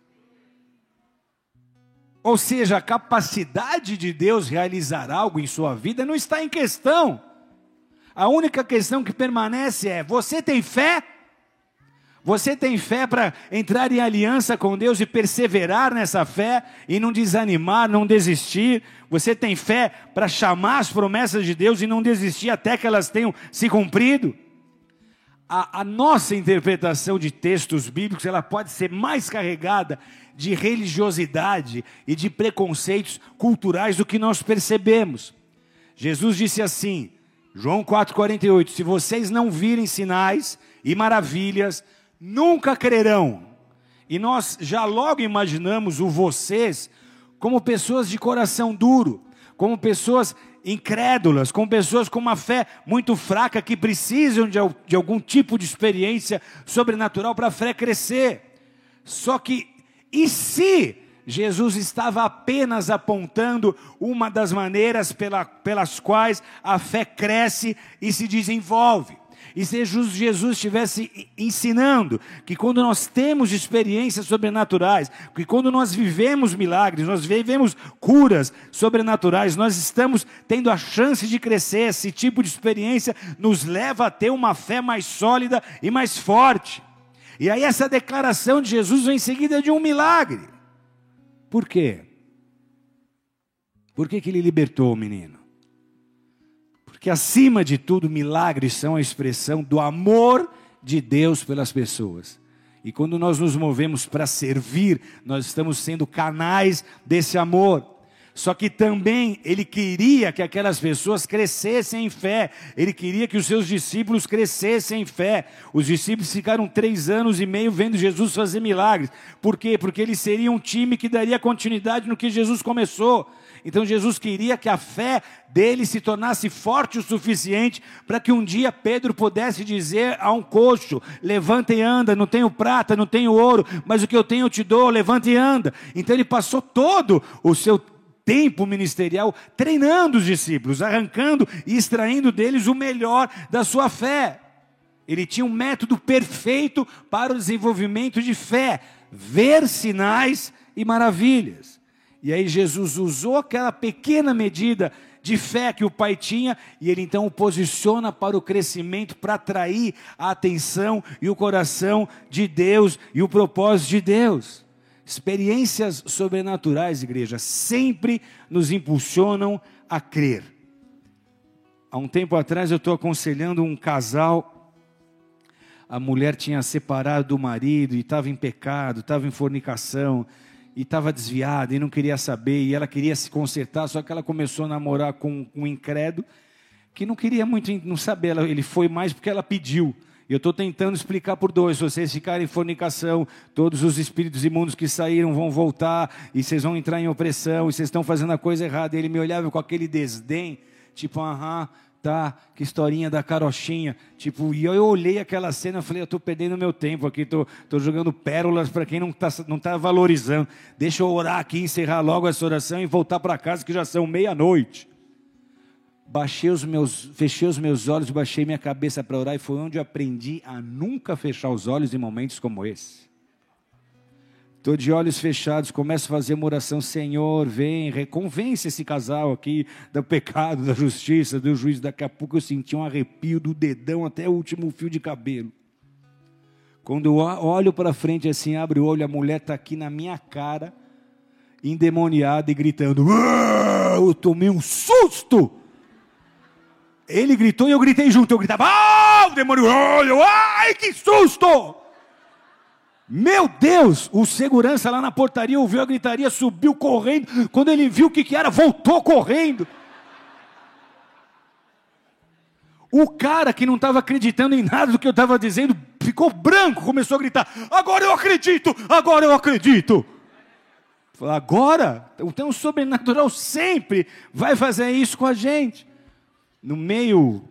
Ou seja, a capacidade de Deus realizar algo em sua vida não está em questão. A única questão que permanece é: você tem fé? Você tem fé para entrar em aliança com Deus e perseverar nessa fé e não desanimar, não desistir? Você tem fé para chamar as promessas de Deus e não desistir até que elas tenham se cumprido? A nossa interpretação de textos bíblicos, ela pode ser mais carregada de religiosidade e de preconceitos culturais do que nós percebemos. Jesus disse assim, João 4,48, se vocês não virem sinais e maravilhas, nunca crerão. E nós já logo imaginamos o vocês como pessoas de coração duro, como pessoas incrédulas, como pessoas com uma fé muito fraca, que precisam de algum tipo de experiência sobrenatural para a fé crescer. Só que, e se Jesus estava apenas apontando uma das maneiras pelas quais a fé cresce e se desenvolve? E se Jesus estivesse ensinando que quando nós temos experiências sobrenaturais, que quando nós vivemos milagres, nós vivemos curas sobrenaturais, nós estamos tendo a chance de crescer, esse tipo de experiência nos leva a ter uma fé mais sólida e mais forte. E aí essa declaração de Jesus vem em seguida de um milagre. Por quê? Por que ele libertou o menino? Porque acima de tudo, milagres são a expressão do amor de Deus pelas pessoas. E quando nós nos movemos para servir, nós estamos sendo canais desse amor. Só que também ele queria que aquelas pessoas crescessem em fé. Ele queria que os seus discípulos crescessem em fé. Os discípulos ficaram 3 anos e meio vendo Jesus fazer milagres. Por quê? Porque eles seriam um time que daria continuidade no que Jesus começou. Então Jesus queria que a fé dele se tornasse forte o suficiente para que um dia Pedro pudesse dizer a um coxo: levanta e anda, não tenho prata, não tenho ouro, mas o que eu tenho eu te dou, levanta e anda. Então ele passou todo o seu tempo ministerial treinando os discípulos, arrancando e extraindo deles o melhor da sua fé. Ele tinha um método perfeito para o desenvolvimento de fé: ver sinais e maravilhas. E aí Jesus usou aquela pequena medida de fé que o pai tinha, e ele então o posiciona para o crescimento, para atrair a atenção e o coração de Deus e o propósito de Deus. Experiências sobrenaturais, igreja, sempre nos impulsionam a crer. Há um tempo atrás eu estou aconselhando um casal. A mulher tinha separado do marido e estava em pecado, estava em fornicação, e estava desviada e não queria saber, e ela queria se consertar, só que ela começou a namorar com um incrédulo, que não queria muito, não saber, ele foi mais porque ela pediu. Eu estou tentando explicar por 2, se vocês ficarem em fornicação, todos os espíritos imundos que saíram vão voltar, e vocês vão entrar em opressão, e vocês estão fazendo a coisa errada. E ele me olhava com aquele desdém, tipo, Tá, que historinha da carochinha. Tipo, e eu olhei aquela cena e falei, eu estou perdendo meu tempo aqui, tô jogando pérolas para quem não tá valorizando. Deixa eu orar aqui, encerrar logo essa oração e voltar para casa que já são meia-noite. Fechei os meus olhos, baixei minha cabeça para orar e foi onde eu aprendi a nunca fechar os olhos em momentos como esse. Estou de olhos fechados, começo a fazer uma oração, Senhor, vem, convence esse casal aqui do pecado, da justiça, do juízo. Daqui a pouco eu senti um arrepio do dedão até o último fio de cabelo. Quando eu olho para frente assim, abro o olho, a mulher está aqui na minha cara, endemoniada e gritando, eu tomei um susto! Ele gritou e eu gritei junto, eu gritava, o demônio, olha, ai que susto! Meu Deus, o segurança lá na portaria ouviu a gritaria, subiu correndo. Quando ele viu o que era, voltou correndo. O cara que não estava acreditando em nada do que eu estava dizendo, ficou branco, começou a gritar, agora eu acredito, agora eu acredito. Falei, agora? Então o sobrenatural sempre vai fazer isso com a gente. No meio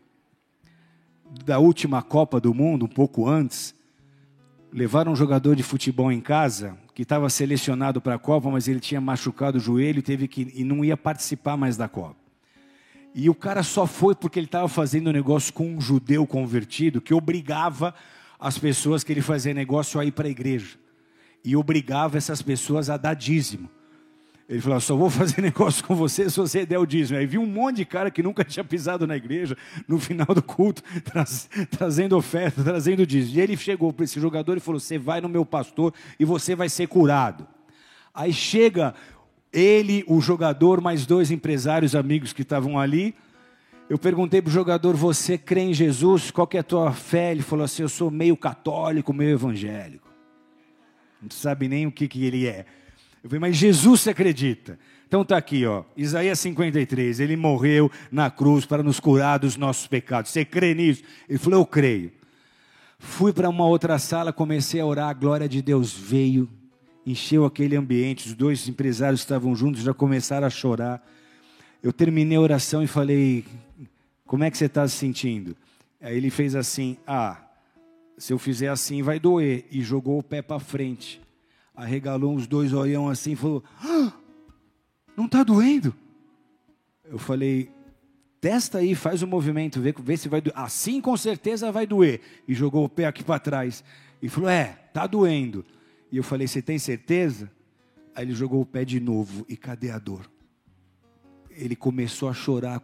da última Copa do Mundo, um pouco antes, levaram um jogador de futebol em casa, que estava selecionado para a Copa, mas ele tinha machucado o joelho e não ia participar mais da Copa. E o cara só foi porque ele estava fazendo negócio com um judeu convertido, que obrigava as pessoas que ele fazia negócio a ir para a igreja. E obrigava essas pessoas a dar dízimo. Ele falou, só vou fazer negócio com você se você der o dízimo. Aí viu um monte de cara que nunca tinha pisado na igreja, no final do culto, trazendo oferta, trazendo dízimo. E ele chegou para esse jogador e falou, você vai no meu pastor e você vai ser curado. Aí chega ele, o jogador, mais 2 empresários amigos que estavam ali. Eu perguntei para o jogador, você crê em Jesus? Qual que é a tua fé? Ele falou assim, eu sou meio católico, meio evangélico. Não sabe nem o que ele é. Eu falei, mas Jesus você acredita? Então está aqui, ó, Isaías 53, ele morreu na cruz para nos curar dos nossos pecados. Você crê nisso? Ele falou, eu creio. Fui para uma outra sala, comecei a orar, a glória de Deus veio, encheu aquele ambiente, os 2 empresários estavam juntos, já começaram a chorar. Eu terminei a oração e falei, como é que você está se sentindo? Aí ele fez assim, se eu fizer assim vai doer, e jogou o pé para frente. Arregalou os 2 olhão assim e falou, não está doendo? Eu falei, testa aí, faz o movimento, vê se vai doer. Assim com certeza vai doer. E jogou o pé aqui para trás. E falou, está doendo. E eu falei, você tem certeza? Aí ele jogou o pé de novo. E cadê a dor? Ele começou a chorar,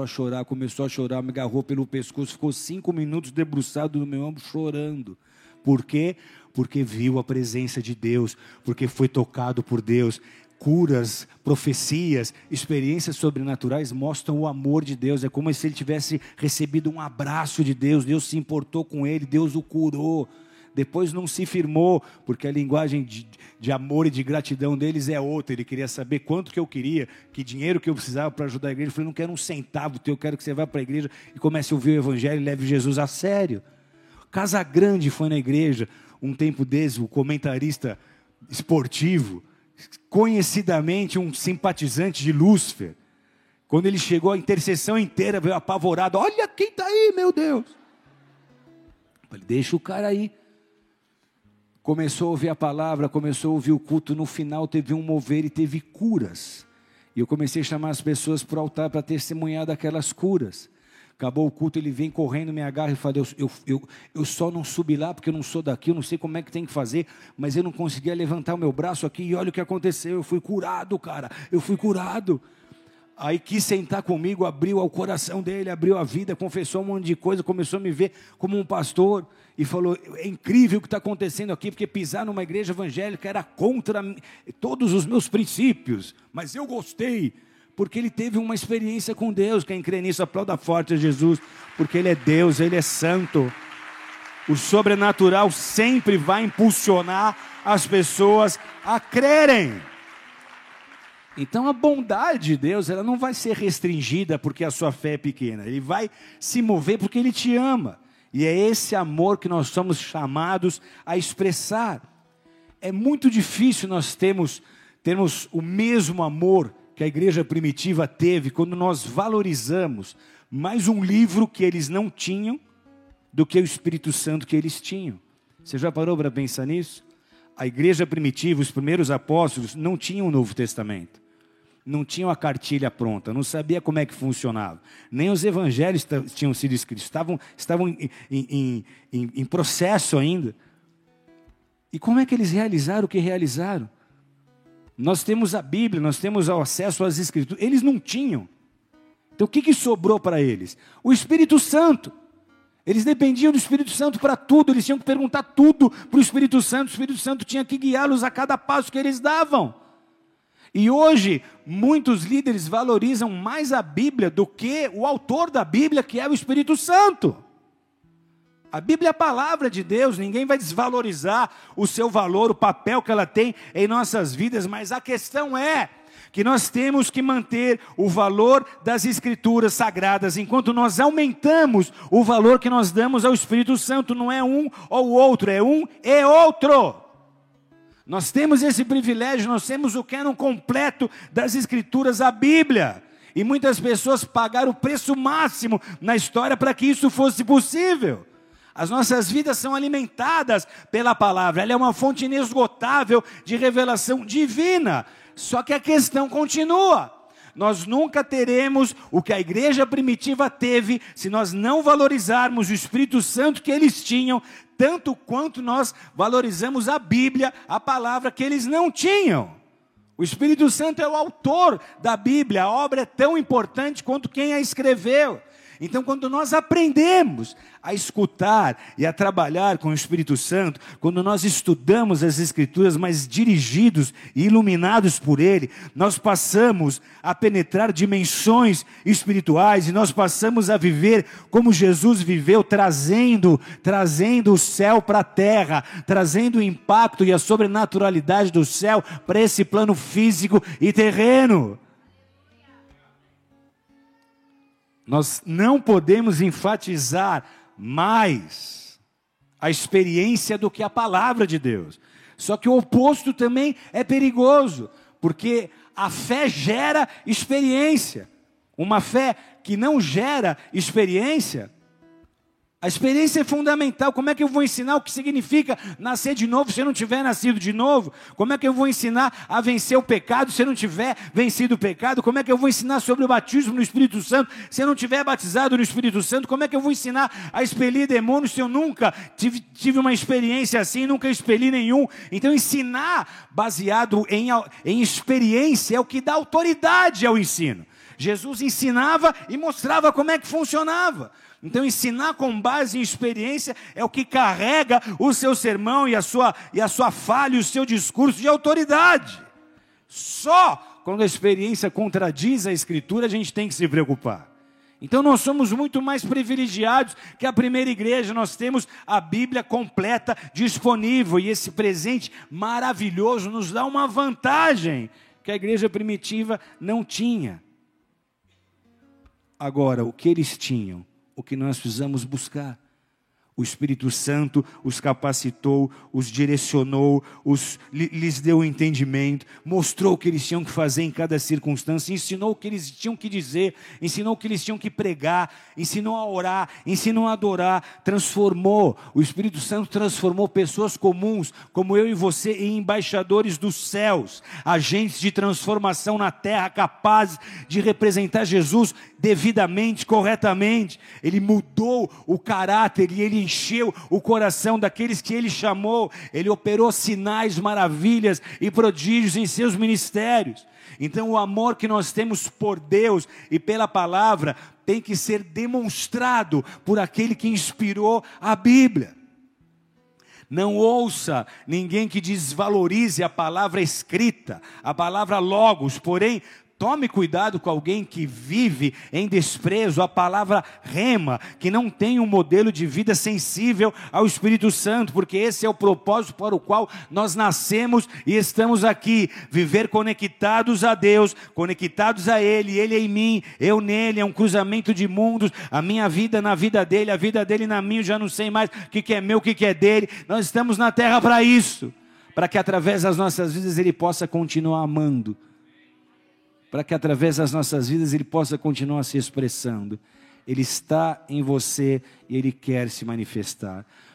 me agarrou pelo pescoço, ficou 5 minutos debruçado no meu ombro chorando. Por quê? Porque viu a presença de Deus, porque foi tocado por Deus. Curas, profecias, experiências sobrenaturais mostram o amor de Deus. É como se ele tivesse recebido um abraço de Deus. Deus se importou com ele, Deus o curou. Depois não se firmou, porque a linguagem de amor e de gratidão deles é outra. Ele queria saber quanto que eu queria, que dinheiro que eu precisava para ajudar a igreja. Eu falei, não quero um centavo teu, eu quero que você vá para a igreja e comece a ouvir o evangelho e leve Jesus a sério. Casa Grande foi na igreja, um tempo desse, o comentarista esportivo, conhecidamente um simpatizante de Lúcifer. Quando ele chegou, a intercessão inteira veio apavorado. Olha quem está aí, meu Deus. Eu falei, deixa o cara aí. Começou a ouvir a palavra, começou a ouvir o culto. No final teve um mover e teve curas. E eu comecei a chamar as pessoas para o altar para testemunhar daquelas curas. Acabou o culto, ele vem correndo, me agarra e fala, eu só não subi lá porque eu não sou daqui, eu não sei como é que tem que fazer, mas eu não conseguia levantar o meu braço aqui e olha o que aconteceu, eu fui curado, cara, eu fui curado. Aí quis sentar comigo, abriu o coração dele, abriu a vida, confessou um monte de coisa, começou a me ver como um pastor e falou, é incrível o que está acontecendo aqui, porque pisar numa igreja evangélica era contra todos os meus princípios, mas eu gostei. Porque ele teve uma experiência com Deus. Quem crê nisso, aplauda forte a Jesus, porque Ele é Deus, Ele é santo. O sobrenatural sempre vai impulsionar as pessoas a crerem. Então a bondade de Deus, ela não vai ser restringida porque a sua fé é pequena. Ele vai se mover porque Ele te ama. E é esse amor que nós somos chamados a expressar. É muito difícil nós termos o mesmo amor que a igreja primitiva teve quando nós valorizamos mais um livro que eles não tinham do que o Espírito Santo que eles tinham. Você já parou para pensar nisso? A igreja primitiva, os primeiros apóstolos, não tinham o Novo Testamento. Não tinham a cartilha pronta, não sabia como é que funcionava. Nem os evangelhos tinham sido escritos, estavam em processo ainda. E como é que eles realizaram o que realizaram? Nós temos a Bíblia, nós temos o acesso às Escrituras. Eles não tinham. Então o que sobrou para eles? O Espírito Santo. Eles dependiam do Espírito Santo para tudo, eles tinham que perguntar tudo para o Espírito Santo tinha que guiá-los a cada passo que eles davam. E hoje, muitos líderes valorizam mais a Bíblia do que o autor da Bíblia, que é o Espírito Santo. A Bíblia é a palavra de Deus, ninguém vai desvalorizar o seu valor, o papel que ela tem em nossas vidas, mas a questão é que nós temos que manter o valor das Escrituras sagradas, enquanto nós aumentamos o valor que nós damos ao Espírito Santo, não é um ou outro, é um e outro. Nós temos esse privilégio, nós temos o cânon completo das Escrituras, a Bíblia. E muitas pessoas pagaram o preço máximo na história para que isso fosse possível. As nossas vidas são alimentadas pela palavra, ela é uma fonte inesgotável de revelação divina. Só que a questão continua. Nós nunca teremos o que a igreja primitiva teve se nós não valorizarmos o Espírito Santo que eles tinham, tanto quanto nós valorizamos a Bíblia, a palavra que eles não tinham. O Espírito Santo é o autor da Bíblia, a obra é tão importante quanto quem a escreveu. Então, quando nós aprendemos a escutar e a trabalhar com o Espírito Santo, quando nós estudamos as Escrituras, mas dirigidos e iluminados por Ele, nós passamos a penetrar dimensões espirituais e nós passamos a viver como Jesus viveu, trazendo o céu para a terra, trazendo o impacto e a sobrenaturalidade do céu para esse plano físico e terreno. Nós não podemos enfatizar mais a experiência do que a palavra de Deus. Só que o oposto também é perigoso, porque a fé gera experiência. Uma fé que não gera experiência, a experiência é fundamental. Como é que eu vou ensinar o que significa nascer de novo se eu não tiver nascido de novo? Como é que eu vou ensinar a vencer o pecado se eu não tiver vencido o pecado? Como é que eu vou ensinar sobre o batismo no Espírito Santo se eu não tiver batizado no Espírito Santo? Como é que eu vou ensinar a expelir demônios se eu nunca tive uma experiência assim, nunca expeli nenhum? Então ensinar baseado em experiência é o que dá autoridade ao ensino. Jesus ensinava e mostrava como é que funcionava. Então ensinar com base em experiência é o que carrega o seu sermão e a sua fala e o seu discurso de autoridade. Só quando a experiência contradiz a Escritura a gente tem que se preocupar. Então nós somos muito mais privilegiados que a primeira igreja, nós temos a Bíblia completa disponível e esse presente maravilhoso nos dá uma vantagem que a igreja primitiva não tinha. Agora, o que eles tinham? O que nós precisamos buscar. O Espírito Santo os capacitou, os direcionou, lhes deu o entendimento, mostrou o que eles tinham que fazer em cada circunstância, ensinou o que eles tinham que dizer, ensinou o que eles tinham que pregar, ensinou a orar, ensinou a adorar, transformou. O Espírito Santo transformou pessoas comuns, como eu e você, em embaixadores dos céus, agentes de transformação na terra, capazes de representar Jesus devidamente, corretamente. Ele mudou o caráter e ele encheu o coração daqueles que ele chamou. Ele operou sinais, maravilhas e prodígios em seus ministérios. Então o amor que nós temos por Deus e pela palavra tem que ser demonstrado por aquele que inspirou a Bíblia. Não ouça ninguém que desvalorize a palavra escrita, a palavra logos, porém tome cuidado com alguém que vive em desprezo a palavra rema, que não tem um modelo de vida sensível ao Espírito Santo, porque esse é o propósito para o qual nós nascemos e estamos aqui, viver conectados a Deus, conectados a Ele, Ele em mim, eu nele, é um cruzamento de mundos, a minha vida na vida dele, a vida dele na minha, eu já não sei mais o que é meu, o que é dele. Nós estamos na terra para isso, para que através das nossas vidas Ele possa continuar amando, para que através das nossas vidas Ele possa continuar se expressando. Ele está em você e Ele quer se manifestar.